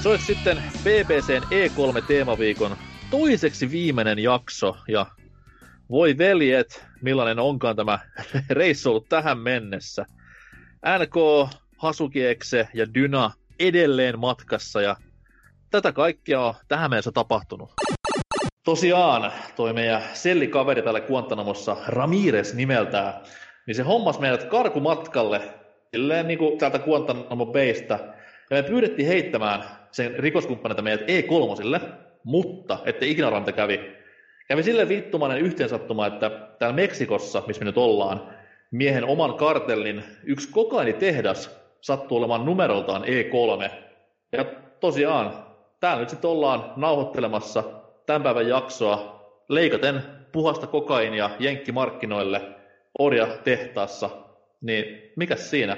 Se olisi sitten BBCn E3-teemaviikon toiseksi viimeinen jakso, ja voi veljet, millainen onkaan tämä reissu ollut tähän mennessä. NK, Hasukiekse ja Dyna edelleen matkassa, ja tätä kaikkea on tähän mennessä tapahtunut. Tosiaan, toi meidän sellikaveri täällä Guantanamossa, Ramirez nimeltään, niin se hommas meidät karkumatkalle, silleen niin kuin täältä Guantanamo Baystä, ja me pyydettiin heittämään sen rikoskumppaneita meidät E3:lle, mutta ettei ikinä arvaa, mitä kävi. Kävi silleen vittumainen yhteensattuma, että täällä Meksikossa, missä me nyt ollaan, miehen oman kartellin yksi kokainitehdas sattuu olemaan numeroltaan E3. Ja tosiaan, täällä nyt sitten ollaan nauhoittelemassa tämän päivän jaksoa leikaten puhasta kokainia jenkkimarkkinoille orjatehtaassa. Niin mikäs siinä?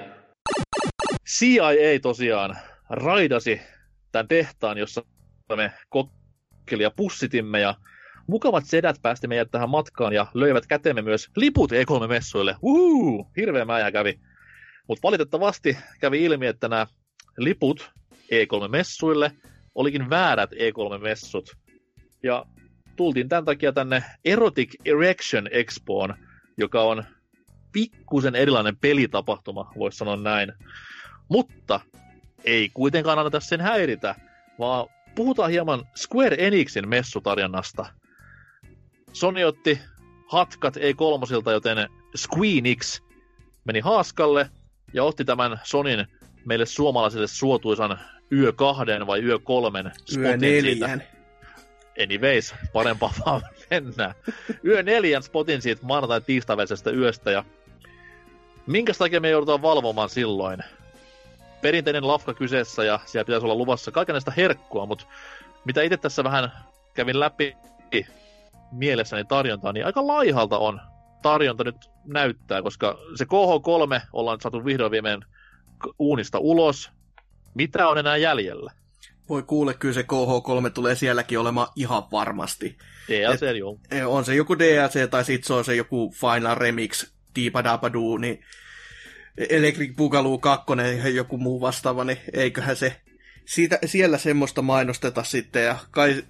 CIA tosiaan raidasi tämän tehtaan, jossa me kokkeli ja pussitimme, ja mukavat sedät päästi meidät tähän matkaan ja löivät käteemme myös liput E3-messuille. Hirveä mäjä kävi. Mutta valitettavasti kävi ilmi, että nämä liput E3-messuille olikin väärät E3-messut. Ja tultiin tämän takia tänne Erotic Erection Expoon, joka on pikkusen erilainen pelitapahtuma, voisi sanoa näin. Mutta ei kuitenkaan anneta sen häiritä, vaan puhutaan hieman Square Enixin messutarjonnasta. Sony otti hatkat E3:ilta, joten Squeenix meni haaskalle ja otti tämän Sonyn meille suomalaisille suotuisan Yö 2 vai Yö 3 spotin siitä. Anyways, parempaa vaan mennään. Yö 4 spotin siitä maanantai-tiistavälisestä yöstä, ja minkäs takia me joudutaan valvomaan silloin? Perinteinen lafka kyseessä, ja siellä pitäisi olla luvassa kaikenlaista herkkua, mutta mitä itse tässä vähän kävin läpi mielessäni tarjontaa, niin aika laihalta on tarjonta nyt näyttää, koska se KH3 ollaan saatu vihdoin viimein uunista ulos. Mitä on enää jäljellä? Voi kuule, kyllä se KH3 tulee sielläkin olemaan ihan varmasti. DLC, joo. On se joku DLC, tai sitten se on se joku Final Remix, Diipadabadoo, niin Electric Boogaloo 2 ja joku muu vastaava, niin eiköhän se siellä semmoista mainosteta sitten, ja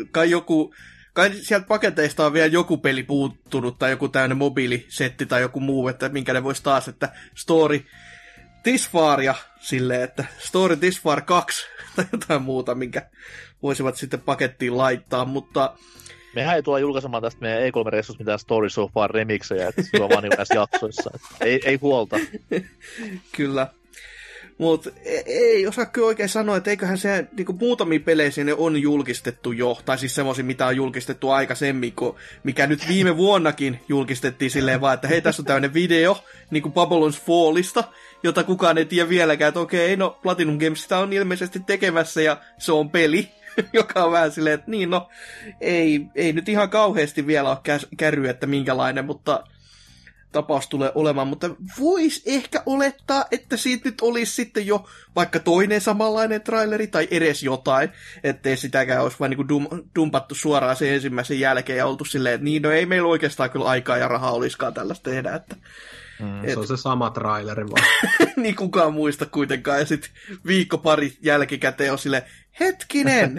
kai sieltä paketeista on vielä joku peli puuttunut, tai joku täynnä mobiilisetti tai joku muu, että minkä ne vois taas, että Story This Far ja silleen, että Story This Far 2 tai jotain muuta, minkä voisivat sitten pakettiin laittaa, mutta mehän ei tulla julkaisemaan tästä meidän E3-reissusta mitään Story So Far remixejä, että se on vaan niin näissä jaksoissa. Ei huolta. Kyllä. Mutta ei osaa kyllä oikein sanoa, että eiköhän se niinku muutamia pelejä sinne on julkistettu jo, tai siis semmoisia, mitä on julkistettu aikaisemmin, mikä nyt viime vuonnakin julkistettiin silleen vaan, että hei, tässä on tämmöinen video niinku Babylon's Fallista, jota kukaan ei tiedä vieläkään, että okei, no Platinum Games sitä on ilmeisesti tekemässä ja se on peli, joka on vähän silleen, että niin no, ei nyt ihan kauheasti vielä ole kärryä, että minkälainen, mutta tapaus tulee olemaan, mutta vois ehkä olettaa, että siitä nyt olisi sitten jo vaikka toinen samanlainen traileri tai edes jotain, ettei sitäkään olisi vain niin dumpattu suoraan sen ensimmäisen jälkeen ja oltu silleen, että niin, no ei meillä oikeastaan kyllä aikaa ja rahaa olisikaan tällaista tehdä, että se on se sama traileri vaan. Niin kukaan muista kuitenkaan, ja sitten viikko pari jälkikäteen on silleen, hetkinen,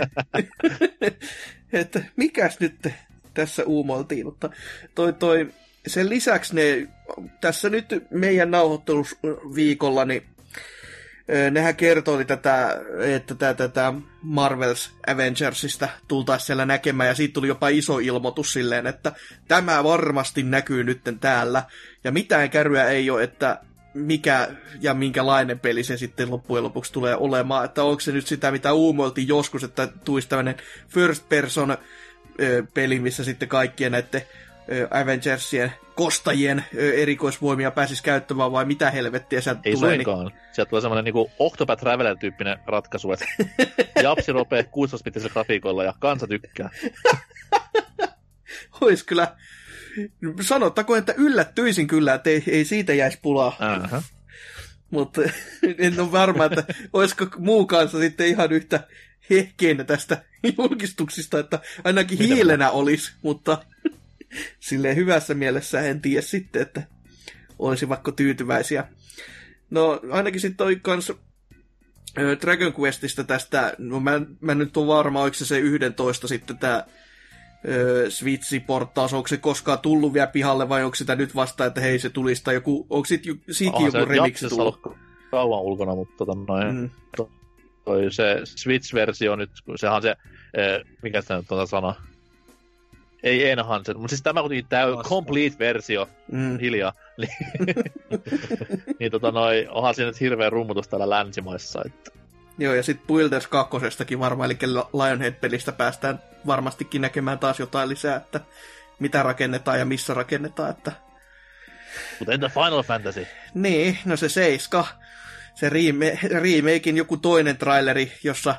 että mikäs nyt tässä uumoiltiin, mutta sen lisäksi tässä nyt meidän nauhoittelusviikolla, niin nehän kertoi että tätä Marvel's Avengersista tultaisiin siellä näkemään, ja siitä tuli jopa iso ilmoitus silleen, että tämä varmasti näkyy nytten täällä, ja mitään kärryä ei ole, että mikä ja minkälainen peli se sitten loppujen lopuksi tulee olemaan, että onko se nyt sitä, mitä uumoiltiin joskus, että tulisi tämmöinen first person peli, missä sitten kaikkien näiden Avengersien kostajien erikoisvoimia pääsisi käyttämään, vai mitä helvettiä sieltä ei tulee? Ei suinkaan. Niin sieltä tulee semmoinen niinku Octopath Traveler-tyyppinen ratkaisu, että japsi ropee 16-bitisellä grafiikoilla ja kansa tykkää. Ois kyllä, sanottakoon, että yllättyisin kyllä, että ei siitä jäisi pulaa. Mutta en ole varma, että olisiko muu kanssa sitten ihan yhtä hehkeenä tästä julkistuksista, että ainakin hiilenä olisi, mutta silleen hyvässä mielessä en tiedä sitten, että olisi vaikka tyytyväisiä. No ainakin sitten toi kans Dragon Questista tästä, no mä nyt on varma, oliko se 11 sitten tää Switch-porttaus, onko se koskaan tullut vielä pihalle vai onko sitä nyt vasta, että hei se tulisi, tai joku, onko siikin joku remixi tullut? Kauan ulkona, mutta toi se Switch-versio nyt, sehän on se, mikä sitä nyt on sana? Ei enhanced, mutta siis tämä kuitenkin complete-versio, hiljaa, niin onhan siinä nyt hirveä rummutus täällä länsimaissa, että... Joo, ja sitten Builders 2:stakin varmaan, eli Lionhead-pelistä päästään varmastikin näkemään taas jotain lisää, että mitä rakennetaan ja missä rakennetaan, että... Mutta entä Final Fantasy? Niin, no se 7, se remakein joku toinen traileri, jossa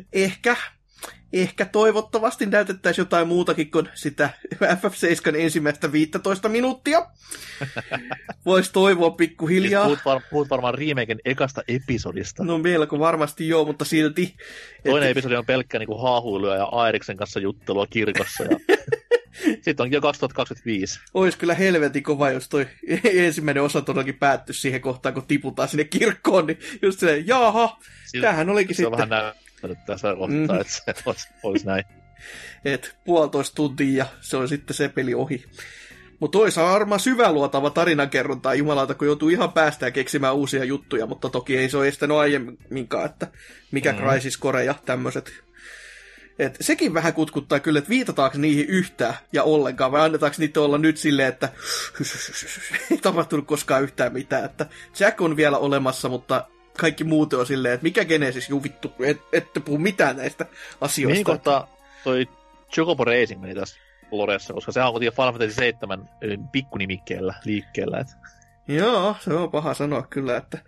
ehkä toivottavasti näytettäisiin jotain muutakin kuin sitä FF7 ensimmäistä 15 minuuttia. Voisi toivoa pikkuhiljaa. Puhut varmaan remaken ekasta episodista. No melko varmasti joo, mutta silti. Toinen episodi on pelkkä niinku haahuilua ja Aeriksen kanssa juttelua kirkossa. Ja... Sitten onkin jo 2025. Olisi kyllä helvetin kova, jos toi ensimmäinen osa todellakin päättyisi siihen kohtaan, kun tiputaan sinne kirkkoon. Niin just silleen, jaha, tämähän olikin se sitten. Se on vähän näyttänyt tässä kohtaa, että se olisi näin. Et 1,5 tuntia ja se on sitten se peli ohi. Mutta toisaalta varmaan syväluotava tarinankerrontaa jumalauta, kun joutuu ihan päästään keksimään uusia juttuja, mutta toki ei se ole estänyt aiemminkaan, että mikä Crisis Core ja tämmöiset. Et sekin vähän kutkuttaa kyllä, että viitataanko niihin yhtään ja ollenkaan, vai annetaanko niitä olla nyt silleen, että ei tapahtunut koskaan yhtään mitään, että Jack on vielä olemassa, mutta kaikki muut on silleen, että mikä Genesis, vittu, ette puhu mitään näistä asioista. Mihin kohtaa toi Chocobo Racing meni tässä Loressa, koska sehän on kuitenkin Final Fantasy 7 pikkunimikkeellä liikkeellä. Et. Joo, se on paha sanoa kyllä, että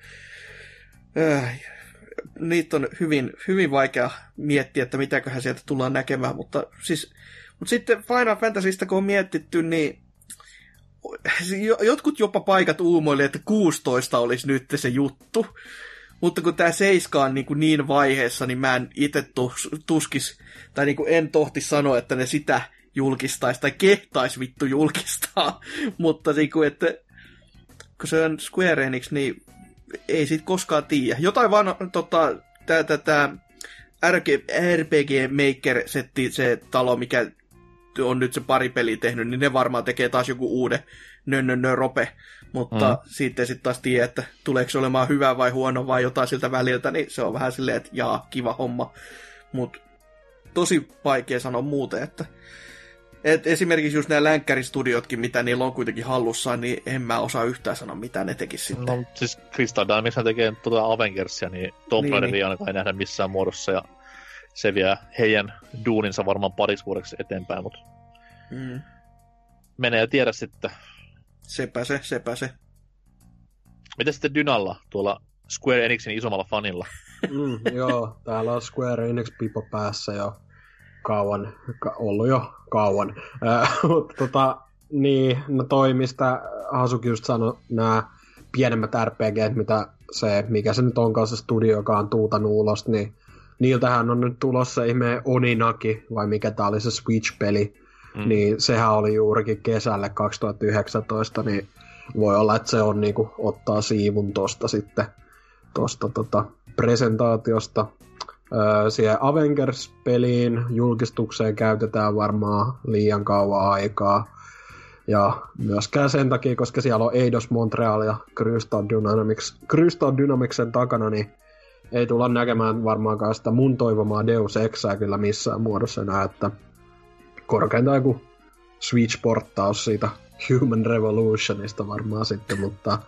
niitä on hyvin, hyvin vaikea miettiä, että mitäköhän sieltä tullaan näkemään, mutta sitten Final Fantasysta kun on mietitty, niin jotkut jopa paikat uumoille, että 16 olisi nyt se juttu, mutta kun tämä 7 on niin vaiheessa, niin mä en itse tuskis, tai niin en tohti sanoa, että ne sitä julkistaisi, tai kehtaisi vittu julkistaa, mutta että kun se on Square Enix, niin ei siitä koskaan tiedä. Jotain vaan tämä RPG Maker-setti, se talo, mikä on nyt se pari peliä tehnyt, niin ne varmaan tekee taas joku uuden rope. Mutta siitä ei sitten taas tiedä, että tuleeko se olemaan hyvä vai huono vai jotain siltä väliltä, niin se on vähän silleen, että jaa, kiva homma. Mutta tosi vaikea sanoa muuten, että esimerkiksi just nämä länkkäristudiotkin, mitä niillä on kuitenkin hallussaan, niin en mä osaa yhtään sanoa, mitä ne tekis sitten. No siis Crystal Dynamics tekee Avengersia, niin Tomb Raideria ainakaan ei nähdä missään muodossa, ja se vie heidän duuninsa varmaan pariksi vuodeksi eteenpäin, mutta menee ja tiedä sitten. Sepä se. Mitä sitten Dynalla, tuolla Square Enixin isommalla fanilla? Joo, täällä on Square Enix pipo päässä jo kauan, ollut jo kauan. Mutta niin, no toi, mistä Hasuki just sanoi, nämä pienemmät RPGt, mikä se nyt onkaan se studio, joka on tuutanut ulos, niin niiltähän on nyt tulossa ihmeen Oninaki, vai mikä tää oli se Switch-peli, niin sehän oli juurikin kesälle 2019, niin voi olla, että se on niinku ottaa siivun tosta sitten, tosta presentaatiosta. Siihen Avengers-peliin julkistukseen käytetään varmaan liian kauan aikaa. Ja myöskään sen takia, koska siellä on Eidos Montreal ja Crystal Dynamicsen takana, niin ei tulla näkemään varmaankaan sitä mun toivomaa Deus Exää kyllä missään muodossa enää, että korkeintaan joku Switch-porttaus siitä Human Revolutionista varmaan sitten, mutta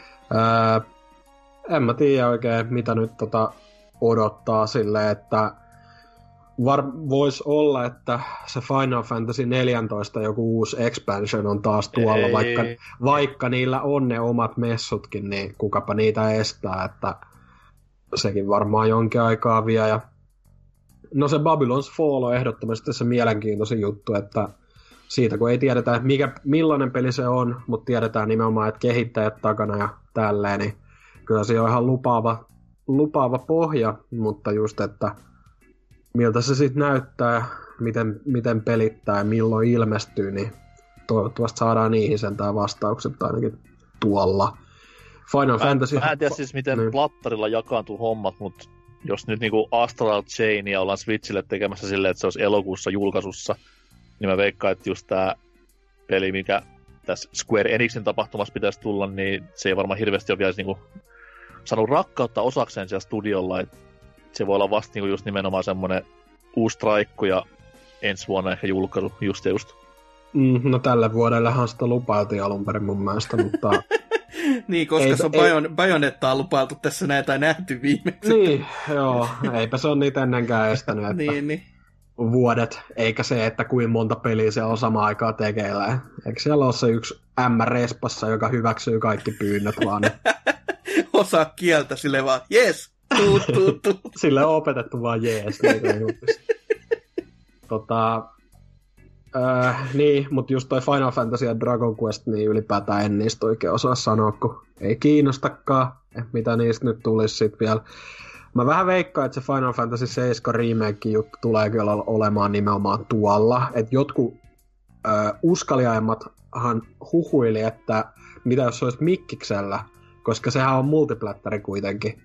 en mä tiedä oikein, mitä nyt odottaa silleen, että voisi olla, että se Final Fantasy 14 joku uusi expansion on taas tuolla, vaikka niillä on ne omat messutkin, niin kukapa niitä estää, että sekin varmaan jonkin aikaa vie. Ja no se Babylon's Fall on ehdottomasti se mielenkiintoisin juttu, että siitä kun ei tiedetä, millainen peli se on, mutta tiedetään nimenomaan, että kehittäjät takana ja tälleen, niin kyllä se on ihan lupaava pohja, mutta just, että miltä se sitten näyttää, miten pelittää ja milloin ilmestyy, niin toivottavasti saadaan niihin sentään vastaukset ainakin tuolla. Final Fantasy... Mä en tiedä siis, miten plattarilla jakaantuu hommat, mutta jos nyt niinku Astral Chainia ollaan Switchille tekemässä silleen, että se olisi elokuussa julkaisussa, niin mä veikkaan, että just tää peli, mikä tässä Square Enixin tapahtumassa pitäisi tulla, niin se ei varmaan hirveästi ole vielä niinku saanut rakkautta osakseen siellä studiolla, että se voi olla vasta niinku just nimenomaan semmonen uusi traikku ja ensi vuonna ehkä julkaisu, just. No tälle vuodellehan sitä lupailtiin alun perin mun mielestä, mutta... niin, koska se on Bajonettaa lupailtu tässä näitä nähty viimeksi. Niin, joo, eipä se ole niitä ennenkään estänyt, että niin. vuodet, eikä se, että kuinka monta peliä se on samaan aikaan tekeillä. Eikö siellä ole se yksi M-respassa, joka hyväksyy kaikki pyynnöt vaan? Osaa kieltä sille vaan, jes, tuu. Sille on opetettu vaan jees. Niin, mutta just toi Final Fantasy ja Dragon Quest, niin ylipäätään en niistä oikein osaa sanoa, kun ei kiinnostakaan, mitä niistä nyt tulisi sit vielä. Mä vähän veikkaan, että se Final Fantasy 7 remake-juttu tulee kyllä olemaan nimenomaan tuolla, että jotkut uskaliaimmathan huhuili, että mitä jos se olisi Mikkiksellä, koska sehän on multiplatteri kuitenkin.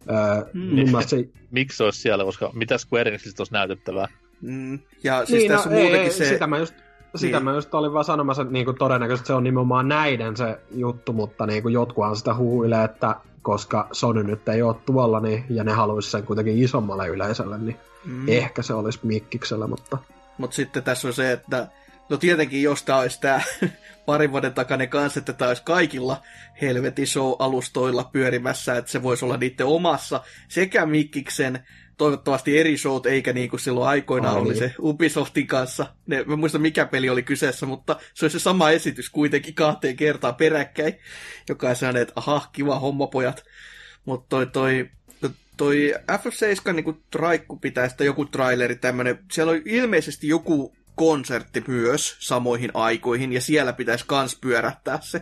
Miksi se olisi siellä, koska mitä Square Enixistä olisi näytettävää? Ja siis niin, tässä muutenkin se... Sitä mä just olin vaan sanomassa, että niinku todennäköisesti se on nimenomaan näiden se juttu, mutta niinku jotkuhan sitä huhuilee, että koska Sony nyt ei ole tuolla, niin, ja ne haluaisi sen kuitenkin isommalle yleisölle, niin ehkä se olisi Mikkiksellä, mutta... Mutta sitten tässä on se, että no tietenkin jos tämä olisi tämä parin vuoden takainen kanssa, että tämä olisi kaikilla helvetin show-alustoilla pyörimässä, että se voisi olla niiden omassa sekä Mikkiksen toivottavasti eri showt, eikä niin kuin silloin aikoinaan oli se Ubisoftin kanssa. Mä muistan mikä peli oli kyseessä, mutta se oli se sama esitys kuitenkin 2 kertaa peräkkäin. Joka on sellainen, että aha, kiva homma pojat. Mutta toi FF7 niin traikku pitää sitä joku traileri tämmönen. Siellä on ilmeisesti joku konsertti myös samoihin aikoihin, ja siellä pitäisi kans pyörähtää se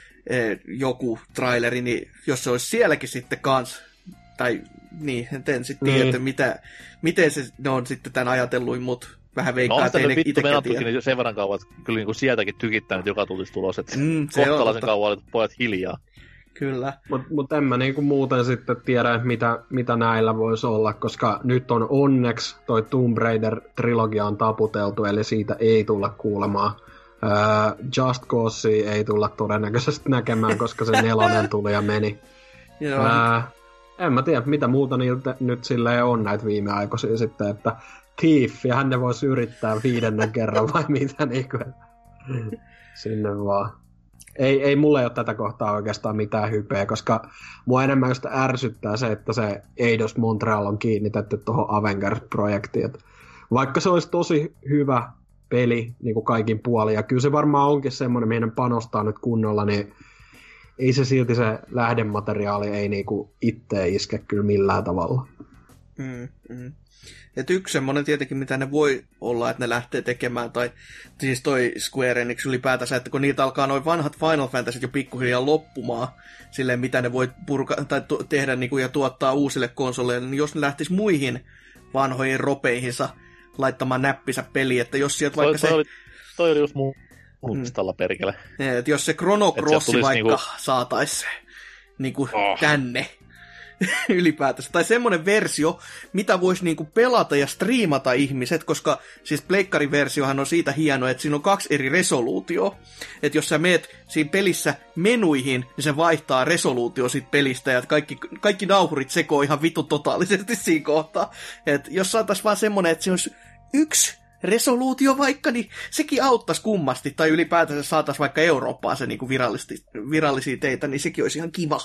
joku traileri, niin jos se olisi sielläkin sitten kans, tai niin, en sitten tiedä, miten ne on sitten tämän ajatellut, mutta vähän veikkaa, että ei ne itsekään tiedä. Sen verran kauan, että kyllä niin sieltäkin tykittänyt joka tulisi tulos, että kohtalaisen kauan oli pojat hiljaa. Kyllä. Mutta en mä niinku muuten sitten tiedä, mitä näillä voisi olla, koska nyt on onneksi toi Tomb Raider-trilogia on taputeltu, eli siitä ei tulla kuulemaan. Just Cause ei tulla todennäköisesti näkemään, koska se 4 tuli ja meni. En mä tiedä, mitä muuta niiltä nyt silleen on näitä viimeaikoisia sitten, että Thief, ja hän ne voisi yrittää 5. kerran vai mitä niinku. Sinne vaan. Ei mulle ole tätä kohtaa oikeastaan mitään hypeä, koska mua enemmän just ärsyttää se, että se Eidos Montreal on kiinnitetty tuohon Avengers-projektiin. Vaikka se olisi tosi hyvä peli niin kuin kaikin puolin, ja kyllä se varmaan onkin semmoinen, mihin panostaa nyt kunnolla, niin ei se silti se lähdemateriaali ei niinku itse iske kyllä millään tavalla. Et yksi semmoinen tietenkin, mitä ne voi olla, että ne lähtee tekemään, tai siis toi Square Enix ylipäätänsä, että kun niitä alkaa noin vanhat Final Fantasyt jo pikkuhiljaa loppumaan, silleen mitä ne voi tai tehdä niinku, ja tuottaa uusille konsoleille, niin jos ne lähtis muihin vanhoihin ropeihinsa laittamaan näppisä peliin, että jos sieltä vaikka Toi oli just mun listalla perkele. Et jos se Chrono Cross vaikka niinku saataisiin niinku tänne ylipäätänsä. Tai semmoinen versio, mitä voisi niinku pelata ja striimata ihmiset, koska siis pleikkarin versiohan on siitä hieno, että siinä on 2 eri resoluutioa. Että jos sä meet siinä pelissä menuihin, niin se vaihtaa resoluutio siitä pelistä, ja kaikki nauhurit sekoo ihan vittu totaalisesti siinä kohtaa. Että jos saataisiin vaan semmoinen, että se olisi 1 resoluutio vaikka, niin sekin auttaisi kummasti, tai ylipäätänsä saataisiin vaikka Eurooppaan se niinku virallisia teitä, niin sekin olisi ihan kiva.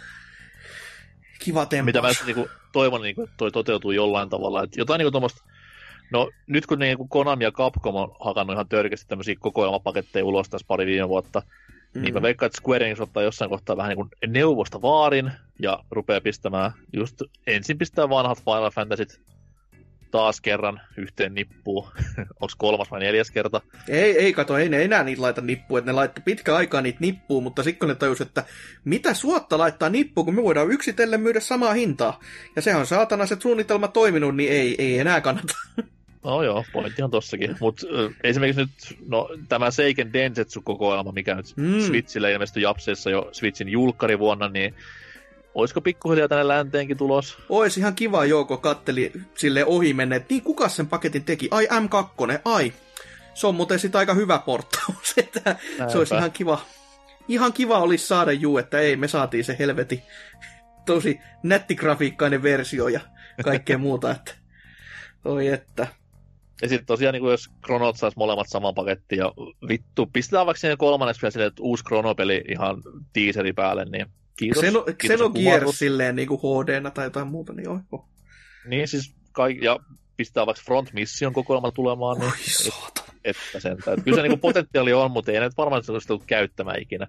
Kiva tempaus. Mitä mä niinku toivon, niinku, että toi toteutuu jollain tavalla, että jotain niinku tommoista, no nyt kun niinku Konami ja Capcom on hakannut ihan törkeästi tämmöisiä kokoelmapaketteja ulos tässä pari viime vuotta, niin mä veikkaan, että Square Enix ottaa jossain kohtaa vähän niinku neuvosta vaarin, ja rupeaa pistämään, just ensin pistää vanhat Final Fantasyt taas kerran yhteen nippuun. Onko 3. vai 4. kerta? Ei ne enää niitä laita nippuun, että ne laittaa pitkä aikaa niitä nippuun, mutta sitten ne tajus, että mitä suotta laittaa nippuun, kun me voidaan yksitellen myydä samaa hintaa. Ja sehän on saatana se suunnitelma toiminut, niin ei enää kannata. No joo, pointti on tossakin. Mutta esimerkiksi nyt tämä Seiken Densetsu-kokoelma, mikä nyt Switchille ilmestyi Japseissa jo Switchin julkkarivuonna, niin olisiko pikkuhiljaa tänne länteenkin tulos? Ois ihan kiva, Jouko katteli silleen ohi menneet. Niin, kuka sen paketin teki? Ai, M2, ai. Se on muuten sit aika hyvä porttaus, että se olisi ihan kiva. Ihan kiva olisi saada että ei, me saatiin se helveti tosi nättigrafiikkainen versio ja kaikkea muuta, että oi että. Ja sitten tosiaan, niin jos Chronot saisi molemmat saman pakettiin, ja vittu, pistetään vaikka sinne kolmanneksi vielä silleen, että uusi Chrono-peli ihan teaseri päälle, niin kiitos. Xenogears silleen niin kuin HD-nä tai jotain muuta, niin oiho. Niin siis, ja pistetään vaikka Front Mission kokoelma tulemaan, niin että sentään. Kyllä se niin kuin potentiaali on, mutta ei nyt varmaan se olisi tullut käyttämään ikinä.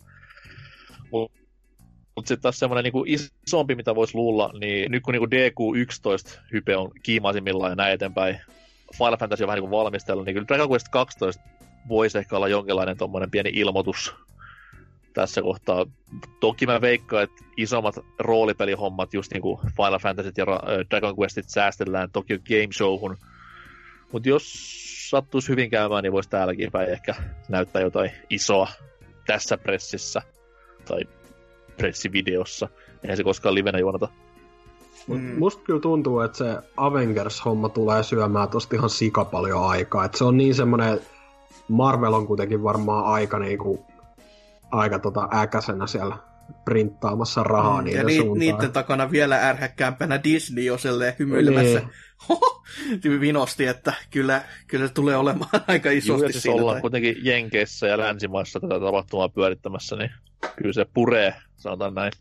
Mutta sitten taas semmoinen niinku isompi, mitä voisi luulla, niin nyt kun niinku DQ11 hype on kiimaisimmillaan ja näin eteenpäin, Final Fantasy on vähän niinku valmistellut, niin kyllä Dragon Quest 12 voisi ehkä olla jonkinlainen tommoinen pieni ilmoitus tässä kohtaa. Toki mä veikkaan, että isommat roolipelihommat, just niinku Final Fantasyt ja Dragon Questit säästellään Tokyo Game Showhun. Mutta jos sattuisi hyvin käymään, niin voisi täälläkin päin ehkä näyttää jotain isoa tässä pressissä tai pressivideossa. Eihän se koskaan livenä juonata. Musta kyllä tuntuu, että se Avengers-homma tulee syömään tosta ihan sika paljon aikaa. Et se on niin semmonen, Marvel on kuitenkin varmaan aika äkäsenä siellä printtaamassa rahaa niiden suuntaan. Niiden takana vielä ärhäkkäämpänä Disney jo hymyilemässä. Niin. Vinosti, että kyllä se tulee olemaan aika isosti siis siinä. ollaan kuitenkin Jenkeissä ja länsimaissa tätä tapahtumaa pyörittämässä, niin kyllä se puree, sanotaan näin.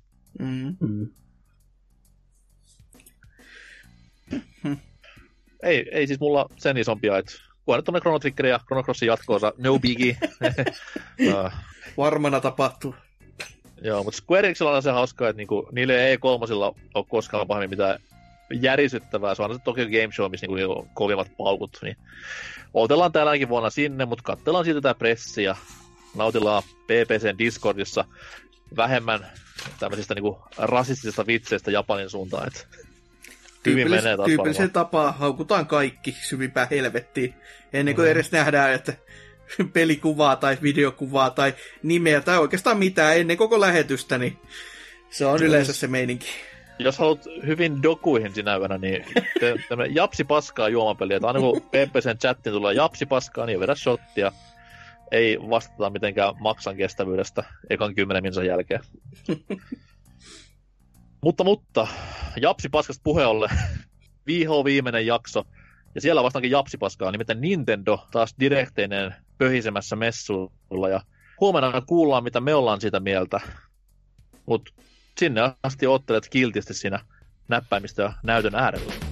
Ei siis mulla sen isompia, että kunhan nyt Chrono Trigger ja Chrono Crossin jatkoosa, no biggie. Varmana tapahtuu. Joo, mutta Square Enixillä on se hauskaa, että niinku, niille ei E3 ole koskaan pahemmin mitään järisyttävää. Se on se Tokyo Game Show, missä niinku kovimmat paukut. Niin odotellaan täälläkin vuonna sinne, mutta katsellaan siitä tää pressi ja nautillaan PPCn Discordissa vähemmän tämmöisistä niinku rasistisista vitseistä Japanin suuntaan. Et tyypillisen tapaa haukutaan kaikki syvimpään helvettiin. Ennen kuin edes nähdään, että pelikuvaa tai videokuvaa tai nimeä tai oikeastaan mitään ennen koko lähetystä, niin se on yleensä se meininki. Jos haluat hyvin dokuihin sinä yönä, niin tämmöinen japsi paskaa juomapeli, että aina kun PPCn chattiin tulee japsi paskaa, niin vedä shottia. Ei vastata mitenkään maksan kestävyydestä ekan 10 minsan jälkeen. mutta, japsi paskasta puheolle. Viimeinen jakso. Ja siellä vastaankin japsipaskaa, nimittäin Nintendo taas direkteineen pöhisemässä messuilla. Ja huomenna kuullaan, mitä me ollaan siitä mieltä. Mut sinne asti oottelet kiltisti siinä näppäimistä ja näytön äärellä.